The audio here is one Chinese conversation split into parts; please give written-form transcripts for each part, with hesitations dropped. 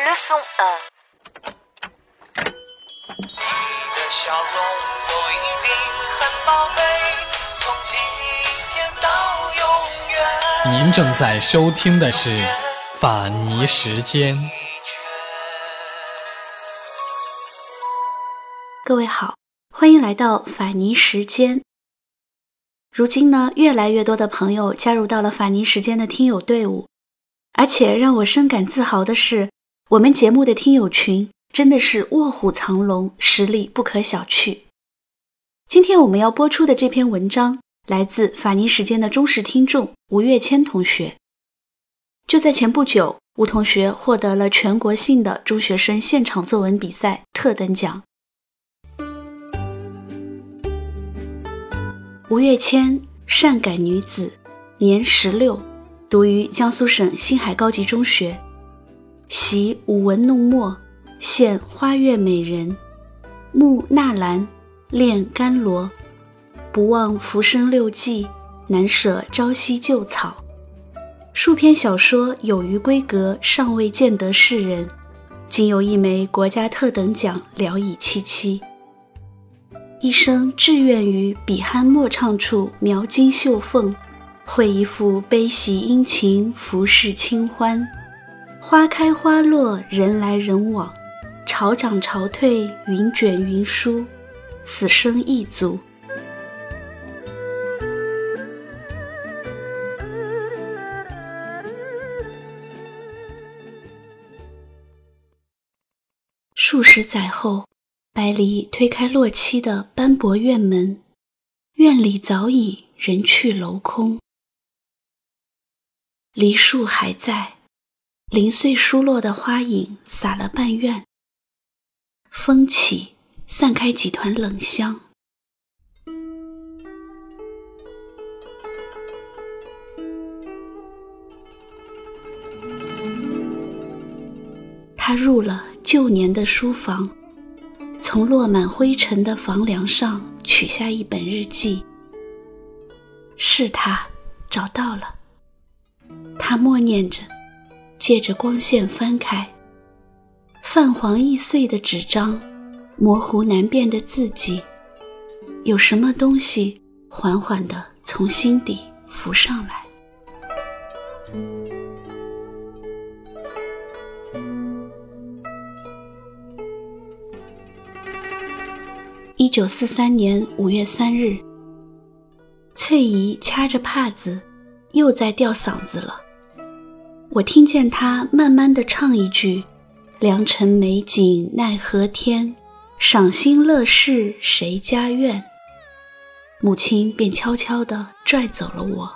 Leçon 1。你的笑容都一定很宝贝，从今天到永远。 您正在收听的是法尼时间。 各位好，欢迎来到法尼时间。如今呢，越来越多的朋友加入到了法尼时间的听友队伍，而且让我深感自豪的是，我们节目的听友群真的是卧虎藏龙，实力不可小觑。今天我们要播出的这篇文章来自法尼时间的忠实听众吴月谦同学。就在前不久，吴同学获得了全国性的中学生现场作文比赛特等奖。吴月谦，善感女子，年16，读于江苏省新海高级中学，习舞文弄墨，现花月美人，慕纳兰，恋甘罗，不忘浮生六记，难舍朝夕旧草。数篇小说有余规格，尚未见得世人，仅有一枚国家特等奖，聊以戚戚。一生志愿于笔酣墨畅处描金绣凤，绘一幅悲喜殷勤，浮世清欢。花开花落，人来人往，潮涨潮退，云卷云舒，此生一足。数十载后，百里推开落漆的斑驳院门，院里早已人去楼空。梨树还在，零碎疏落的花影洒了半院，风起，散开几团冷香。他入了旧年的书房，从落满灰尘的房梁上取下一本日记。是他，找到了。他默念着，借着光线翻开，泛黄易碎的纸张，模糊难辨的字迹，有什么东西缓缓地从心底浮上来。1943年5月3日，翠姨掐着帕子，又在吊嗓子了。我听见她慢慢地唱一句：良辰美景奈何天，赏心乐事谁家院。母亲便悄悄地拽走了我。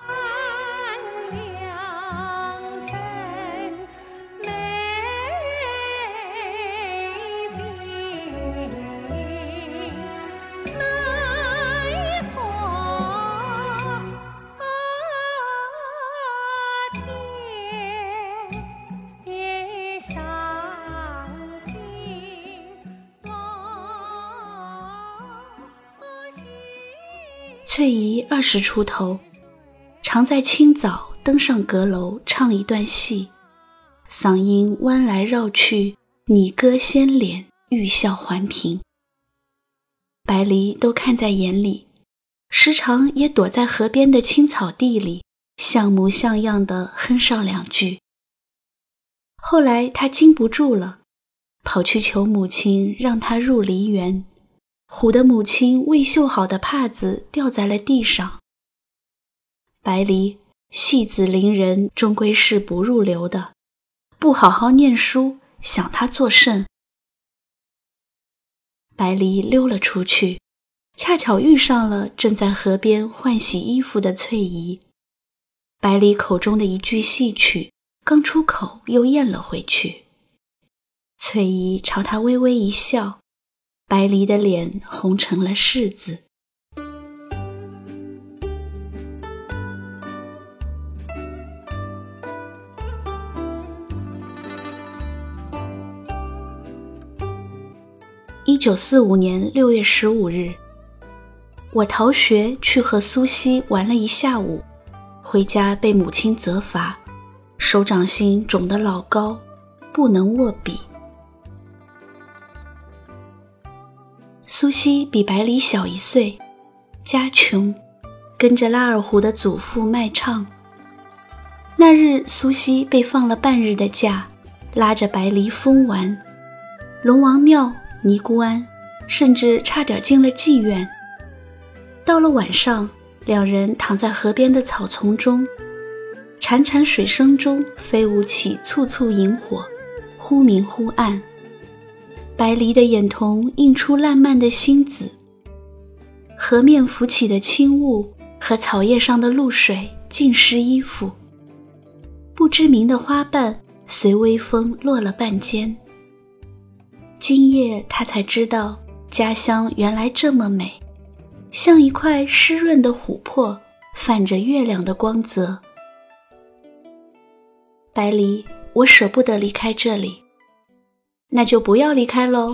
翠姨20出头，常在清早登上阁楼唱一段戏，嗓音弯来绕去，拟歌先敛，欲笑还颦。白梨都看在眼里，时常也躲在河边的青草地里，像模像样地哼上两句。后来她禁不住了，跑去求母亲让她入梨园，唬得母亲未绣好的帕子掉在了地上。白梨，戏子伶人终归是不入流的，不好好念书，想他作甚？白梨溜了出去，恰巧遇上了正在河边换洗衣服的翠姨。白梨口中的一句戏曲刚出口又咽了回去。翠姨朝他微微一笑，白梨的脸红成了柿子。1945年6月15日，我逃学去和苏西玩了一下午，回家被母亲责罚，手掌心肿得老高， 不能握笔。苏西比百里小1岁，家穷，跟着拉尔胡的祖父卖唱。那日苏西被放了半日的假，拉着白离疯玩，龙王庙、尼姑庵，甚至差点进了妓院。到了晚上，两人躺在河边的草丛中，潺潺水声中飞舞起簇簇萤火，忽明忽暗。白离的眼瞳映出烂漫的星子，河面浮起的轻雾和草叶上的露水浸湿衣服，不知名的花瓣随微风落了半肩。今夜他才知道，家乡原来这么美，像一块湿润的琥珀，泛着月亮的光泽。白离，我舍不得离开这里。那就不要离开喽。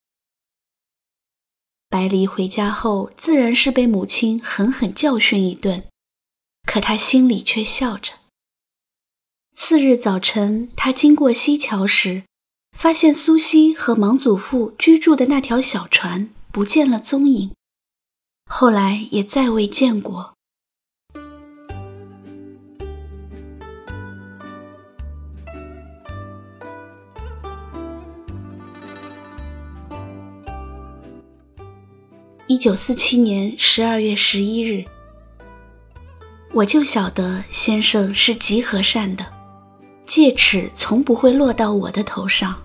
白离回家后，自然是被母亲狠狠教训一顿，可他心里却笑着。次日早晨，他经过西桥时，发现苏西和莽祖父居住的那条小船不见了踪影，后来也再未见过。1947年12月11日，我就晓得先生是极和善的，戒尺从不会落到我的头上。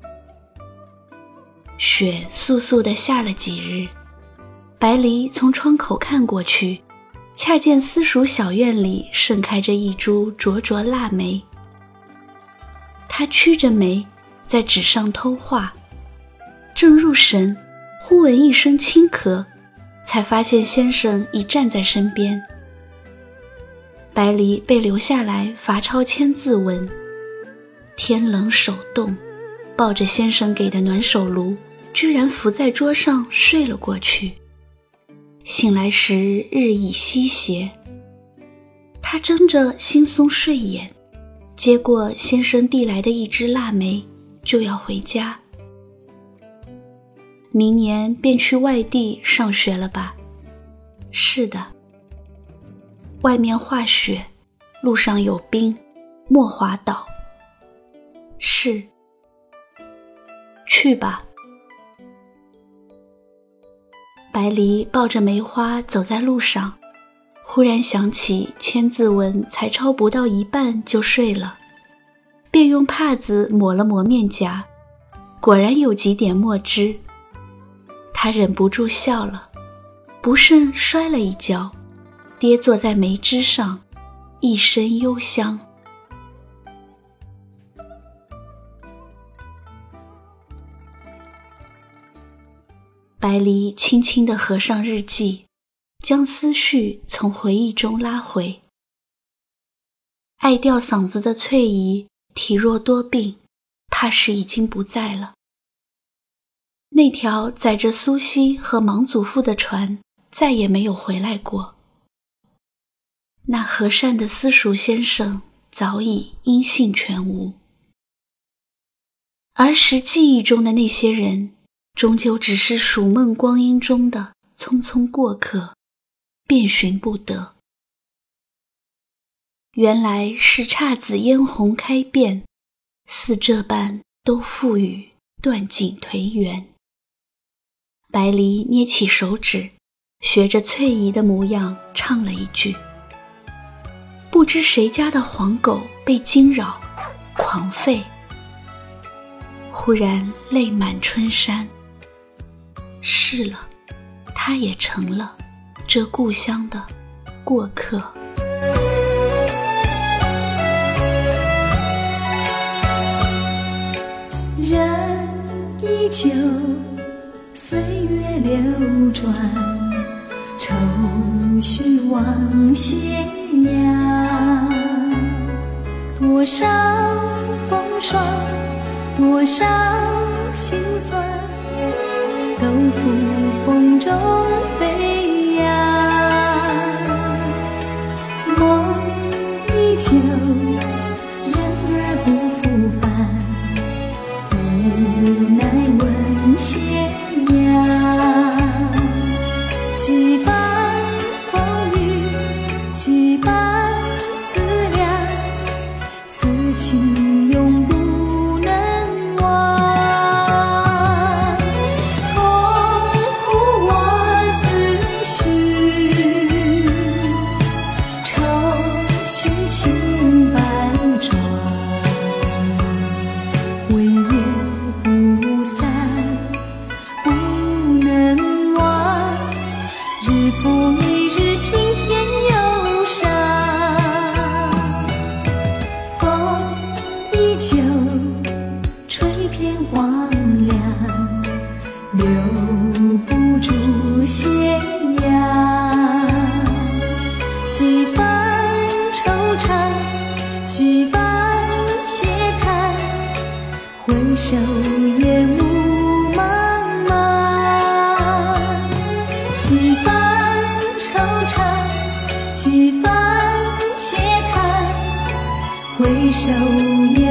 雪簌簌地下了几日，白离从窗口看过去，恰见私塾小院里盛开着一株灼灼腊梅。他曲着眉在纸上偷画，正入神，忽闻一声轻咳，才发现先生已站在身边。白离被留下来罚抄签字文，天冷手冻，抱着先生给的暖手炉，居然伏在桌上睡了过去。醒来时日已西斜，他睁着惺忪睡眼，接过先生递来的一支腊梅，就要回家。明年便去外地上学了吧？是的。外面化雪，路上有冰，莫滑倒。是。去吧。白离抱着梅花走在路上，忽然想起签字文才抄不到一半就睡了，便用帕子抹了抹面颊，果然有几点墨汁。他忍不住笑了，不慎摔了一跤，跌坐在梅枝上，一身幽香。白离轻轻地合上日记，将思绪从回忆中拉回。爱吊嗓子的翠姨体弱多病，怕是已经不在了。那条载着苏西和莽祖父的船再也没有回来过。那和善的私塾先生早已音信全无。儿时记忆中的那些人，终究只是蜀梦光阴中的匆匆过客，遍寻不得。原来是姹紫嫣红开遍，似这般都付与断井颓垣。白离捏起手指，学着翠姨的模样唱了一句：不知谁家的黄狗被惊扰，狂吠。忽然泪满春衫。是了，他也成了这故乡的过客。 人依旧，岁月流转，愁绪往斜阳。多少风霜，多少心酸，都付风中飞扬。梦依旧，人儿不复返， 回首夜幕茫茫，几番惆怅，几番嗟叹，回首夜